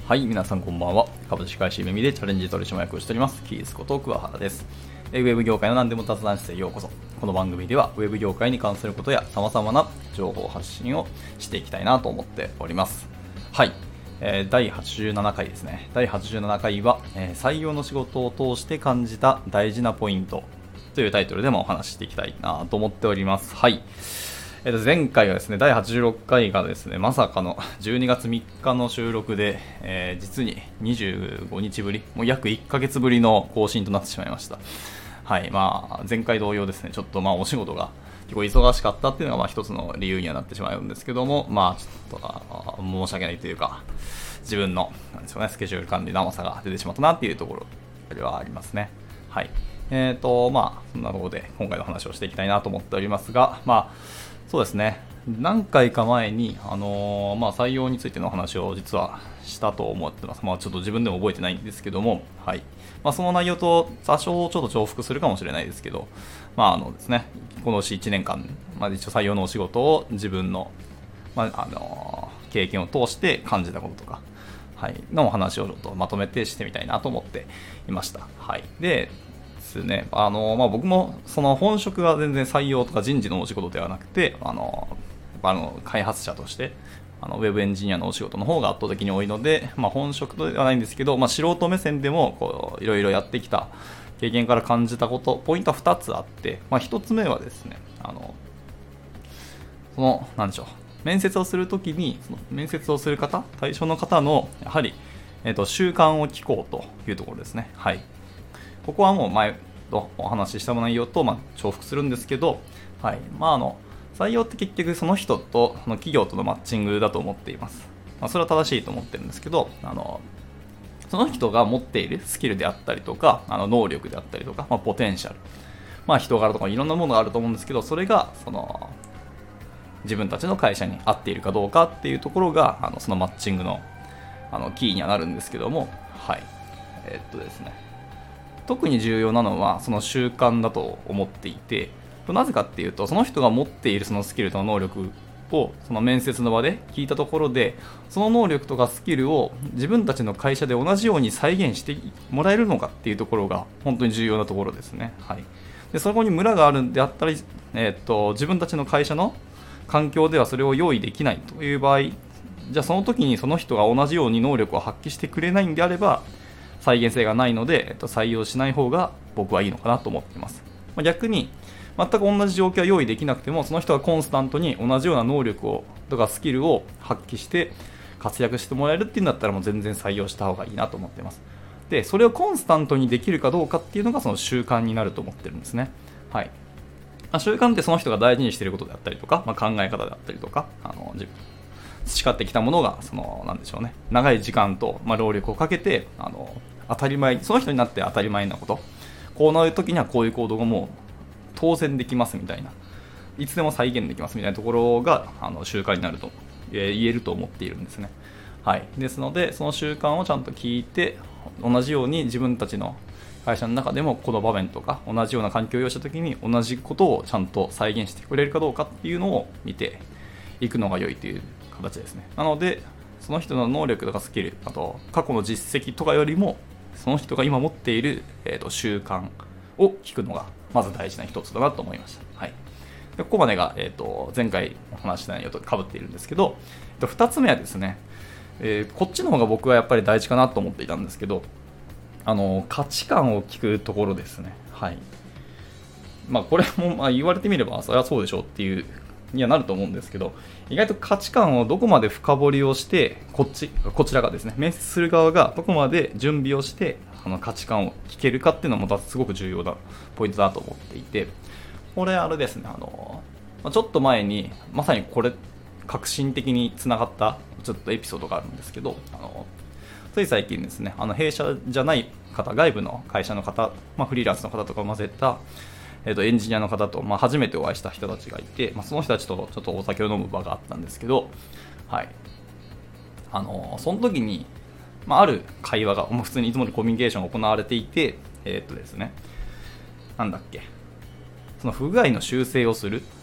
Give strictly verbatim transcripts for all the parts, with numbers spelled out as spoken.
はい、皆さんこんばんは。株式会社ゆめみでチャレンジ取締役をしております、キースこと桑原です。ウェブ業界の何でも雑談室へようこそ。この番組ではウェブ業界に関することや様々な情報発信をしていきたいなと思っております。はい、えー、だいはちじゅうななかいですね。だいはちじゅうななかいは、えー、採用の仕事を通して感じた大事なポイントというタイトルでもお話ししていきたいなと思っております。はい。えっと、前回はですね、だいはちじゅうろっかいがですね、まさかのじゅうにがつみっかの収録で、えー、実ににじゅうごにちぶり、もう約いっかげつぶりの更新となってしまいました。はい、まあ、前回同様ですね、ちょっとまあお仕事が結構忙しかったっていうのがまあ一つの理由にはなってしまうんですけども、まあちょっと申し訳ないというか、自分のなんでしょうね、スケジュール管理の甘さが出てしまったなっていうところではありますね。はい。えーと、まあ、そんなところで今回の話をしていきたいなと思っておりますが、まあ、そうですね。何回か前に、あのーまあ、採用についての話を実はしたと思ってます。まあ、ちょっと自分でも覚えてないんですけども、はい。まあ、その内容と多少ちょっと重複するかもしれないですけど、まあ、あのですね、このいちねんかん、まあ、一応採用のお仕事を自分の、まあ、あのー経験を通して感じたこととか、はい、のお話をちょっとまとめてしてみたいなと思っていました。はい。で、ね、あのまあ、僕もその本職が全然採用とか人事のお仕事ではなくて、あのあの開発者としてあのウェブエンジニアのお仕事の方が圧倒的に多いので、まあ、本職ではないんですけど、まあ、素人目線でもこういろいろやってきた経験から感じたこと、ポイントはふたつあって、まあ、ひとつめはですね、あのそのなんでしょう、面接をするときにその面接をする方、対象の方のやはり、えーと、習慣を聞こうというところですね。はい。ここはもう前とお話しした内容とまあ重複するんですけど、はい、まあ、あの採用って結局その人とその企業とのマッチングだと思っています。まあ、それは正しいと思ってるんですけど、あのその人が持っているスキルであったりとか、あの能力であったりとか、まあ、ポテンシャル、まあ、人柄とかいろんなものがあると思うんですけど、それがその自分たちの会社に合っているかどうかっていうところがあのそのマッチングのあのキーにはなるんですけども、はい、えー、っとですね特に重要なのはその習慣だと思っていて、なぜかっていうと、その人が持っているそのスキルと能力をその面接の場で聞いたところで、その能力とかスキルを自分たちの会社で同じように再現してもらえるのかっていうところが本当に重要なところですね。はい。でそこにムラがあるんであったり、えー、っと自分たちの会社の環境ではそれを用意できないという場合、じゃあその時にその人が同じように能力を発揮してくれないんであれば、再現性がないので、えっと、採用しない方が僕はいいのかなと思っています。まあ、逆に全く同じ状況は用意できなくても、その人がコンスタントに同じような能力をとかスキルを発揮して活躍してもらえるっていうんだったら、もう全然採用した方がいいなと思っています。でそれをコンスタントにできるかどうかっていうのがその習慣になると思ってるんですね。はい。まあ、習慣ってその人が大事にしていることであったりとか、まあ、考え方であったりとか、あの自分培ってきたものがそのなんでしょうね、長い時間と、まあ、労力をかけてあの当たり前、その人になって当たり前なこと、こうなるときにはこういう行動がもう当然できますみたいな、いつでも再現できますみたいなところがあの習慣になると、えー、言えると思っているんですね。はい。ですのでその習慣をちゃんと聞いて、同じように自分たちの会社の中でもこの場面とか同じような環境を用意したときに同じことをちゃんと再現してくれるかどうかっていうのを見ていくのが良いという形ですね。なのでその人の能力とかスキル、あと過去の実績とかよりもその人が今持っている、えー、と習慣を聞くのがまず大事な一つだなと思いました。はい。でここまでが、えー、と前回お話した内容と被っているんですけど、えー、とふたつめはですね、えー、こっちの方が僕はやっぱり大事かなと思っていたんですけど、あの価値観を聞くところですね。はい。まあこれもまあ言われてみればそれはそうでしょうっていうにはなると思うんですけど、意外と価値観をどこまで深掘りをして、こっちこちらがですね、面接する側がどこまで準備をしてあの価値観を聞けるかっていうのもまたすごく重要なポイントだと思っていて、これあれですね、あのちょっと前にまさにこれ革新的につながったちょっとエピソードがあるんですけど、あのつい最近ですね、あの弊社じゃない方、外部の会社の方、まあ、フリーランスの方とかを混ぜたえー、とエンジニアの方と、まあ、初めてお会いした人たちがいて、まあ、その人たちとちょっとお酒を飲む場があったんですけど、はい、あのー、その時に、まあ、ある会話が、まあ、普通にいつものコミュニケーションが行われていて、えー、っとですね、なんだっけ、その不具合の修正をするっ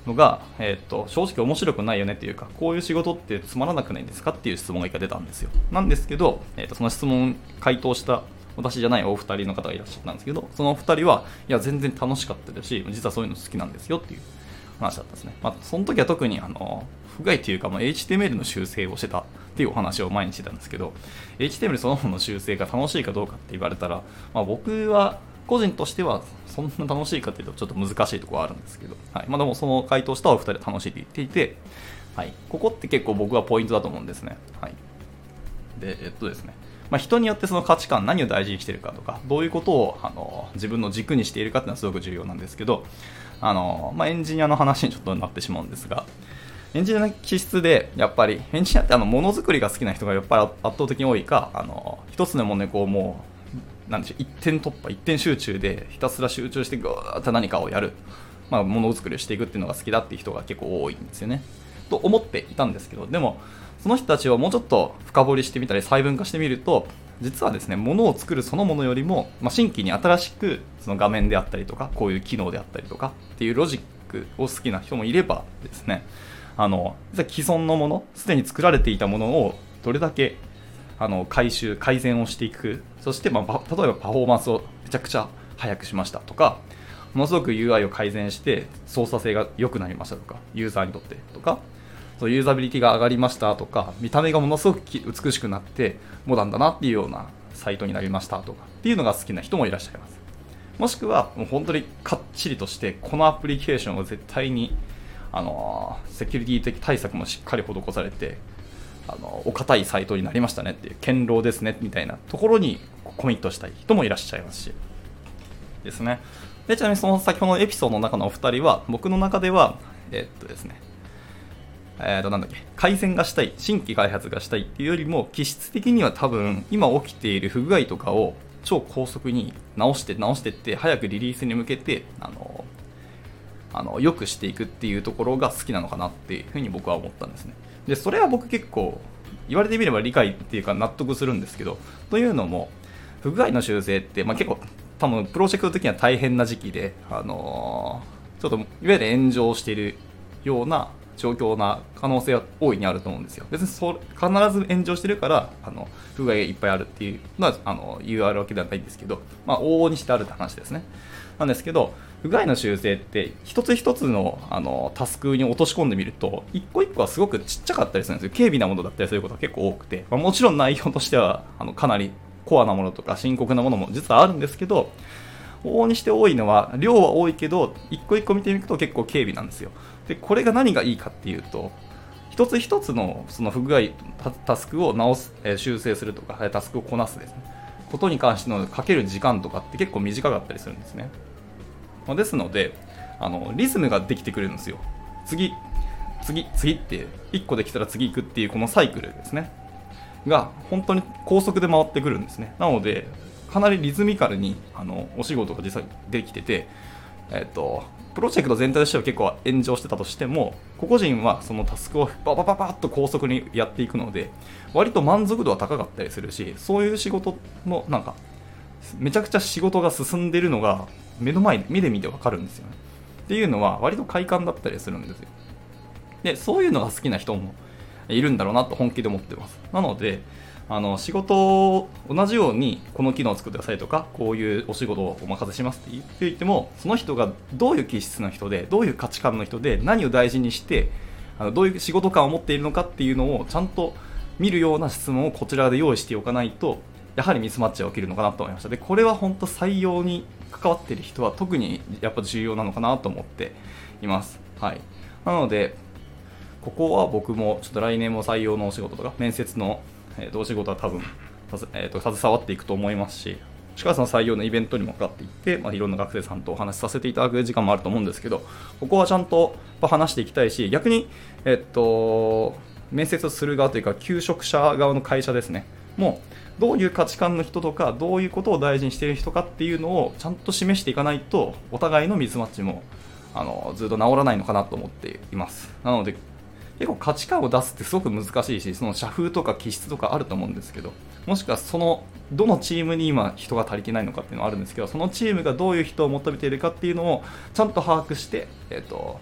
のが、えー、と正直面白くないよねっていうか、こういう仕事ってつまらなくないですかっていう質問が一回出たんですよ。なんですけど、えー、とその質問回答した私じゃないお二人の方がいらっしゃったんですけど、そのお二人はいや全然楽しかったですし、実はそういうの好きなんですよっていう話だったんですね。まあ、その時は特にあの不具合というか、まあ、エイチティーエムエル の修正をしてたっていうお話を前にしてたんですけど、 エイチティーエムエル そのものの修正が楽しいかどうかって言われたら、まあ、僕は個人としてはそんな楽しいかというとちょっと難しいところはあるんですけど、はいまあ、でもその回答したお二人は楽しいと言っていて、はい、ここって結構僕はポイントだと思うんですね。はい、でえっとですねまあ、人によってその価値観、何を大事にしているかとか、どういうことをあの自分の軸にしているかっていうのはすごく重要なんですけど、あの、まあ、エンジニアの話にちょっとなってしまうんですが、エンジニアの気質でやっぱりエンジニアってあのものづくりが好きな人がやっぱり圧倒的に多いか、あの一つのものにこうもうなんでしょう、一点突破、一点集中でひたすら集中してぐーっと何かをやる、まあ、ものづくりをしていくっていうのが好きだっていう人が結構多いんですよねと思っていたんですけど、でもその人たちをもうちょっと深掘りしてみたり細分化してみると、実はですね、ものを作るそのものよりも、まあ、新規に新しくその画面であったりとか、こういう機能であったりとかっていうロジックを好きな人もいればですね、あの実は既存のもの、すでに作られていたものをどれだけあの回収改善をしていく、そして、まあ、例えばパフォーマンスをめちゃくちゃ速くしましたとか、ものすごく ユーアイ を改善して操作性が良くなりましたとか、ユーザーにとってとか、そうユーザビリティが上がりましたとか、見た目がものすごく美しくなってモダンだなっていうようなサイトになりましたとかっていうのが好きな人もいらっしゃいます。もしくはもう本当にかっちりとして、このアプリケーションを絶対にあのセキュリティ的対策もしっかり施されて、あのお堅いサイトになりましたねっていう、堅牢ですねみたいなところにコミットしたい人もいらっしゃいますしですね。でちなみにその先ほどのエピソードの中のお二人は、僕の中ではえー、っとですねえー、となんだっけ改善がしたい、新規開発がしたいっていうよりも、気質的には多分今起きている不具合とかを超高速に直して直していって、早くリリースに向けてあのあの良くしていくっていうところが好きなのかなっていうふうに僕は思ったんですね。でそれは僕結構言われてみれば理解っていうか納得するんですけど、というのも不具合の修正って、まあ、結構多分プロジェクト的には大変な時期で、あのー、ちょっといわゆる炎上しているような状況な可能性は大いにあると思うんですよ。別にそ必ず炎上してるからあの不具合がいっぱいあるっていうのはあの言うあるわけではないんですけど、まあ、往々にしてあるって話ですね。なんですけど、不具合の修正って一つ一つ の, あのタスクに落とし込んでみると、一個一個はすごくちっちゃかったりするんですよ。軽微なものだったりすることが結構多くて、まあ、もちろん内容としてはあのかなりコアなものとか深刻なものも実はあるんですけど、往々にして多いのは量は多いけど、一個一個見てみると結構軽微なんですよ。でこれが何がいいかっていうと、一つ一つ の, その不具合 タ, タスクを直す、えー、修正するとかタスクをこなすですねことに関してのかける時間とかって結構短かったりするんですね。まあ、ですのであのリズムができてくるんですよ。次次次っていっこできたら次行くっていうこのサイクルですねが本当に高速で回ってくるんですね。なのでかなりリズミカルにあのお仕事が実際できてて、えっとプロジェクト全体としては結構炎上してたとしても、個々人はそのタスクをババババッと高速にやっていくので、割と満足度は高かったりするし、そういう仕事のなんかめちゃくちゃ仕事が進んでいるのが目の前で目で見て分かるんですよね。っていうのは割と快感だったりするんですよ。でそういうのが好きな人もいるんだろうなと本気で思ってます。なのであの仕事を同じようにこの機能を作ってくださいとか、こういうお仕事をお任せしますって言っていても、その人がどういう気質の人で、どういう価値観の人で、何を大事にしてあのどういう仕事感を持っているのかっていうのをちゃんと見るような質問をこちらで用意しておかないと、やはりミスマッチが起きるのかなと思いました。でこれは本当採用に関わっている人は特にやっぱ重要なのかなと思っています。はい、なのでここは僕もちょっと来年も採用のお仕事とか面接のえー、お仕事は多分、えー、と携わっていくと思いますし、しかもその採用のイベントにもかかっていって、まあ、いろんな学生さんとお話しさせていただく時間もあると思うんですけど、ここはちゃんと話していきたいし、逆に、えっと、面接をする側というか求職者側の会社ですね、もうどういう価値観の人とか、どういうことを大事にしている人かっていうのをちゃんと示していかないと、お互いのミスマッチもあのずっと治らないのかなと思っています。なので結構価値観を出すってすごく難しいし、その社風とか気質とかあると思うんですけど、もしくはそのどのチームに今人が足りてないのかっていうのはあるんですけど、そのチームがどういう人を求めているかっていうのをちゃんと把握して、えーと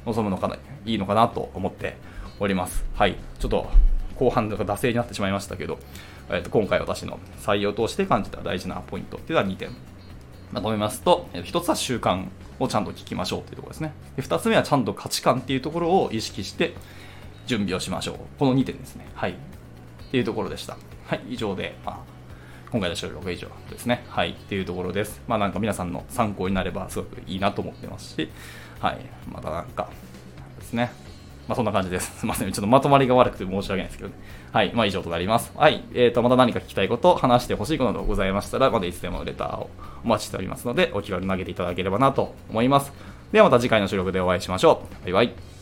臨むのかな、いいのかなと思っております。はい。ちょっと後半が惰性になってしまいましたけど、えー、と今回私の採用を通して感じた大事なポイントっていうのはにてん。まとめますと、ひとつは習慣をちゃんと聞きましょうというところですね。でふたつめはちゃんと価値観っていうところを意識して準備をしましょう。このにてんですね。はい。っていうところでした。はい。以上で、まあ、今回の収録は以上ですね。はい。っていうところです。まあなんか皆さんの参考になればすごくいいなと思ってますし、はい。またなんかですね。まあそんな感じです。すみません。ちょっとまとまりが悪くて申し訳ないですけどね。はい。まあ以上となります。はい。えーと、また何か聞きたいこと、話してほしいことなどございましたら、またいつでもレターをお待ちしておりますので、お気軽に投げていただければなと思います。ではまた次回の収録でお会いしましょう。バイバイ。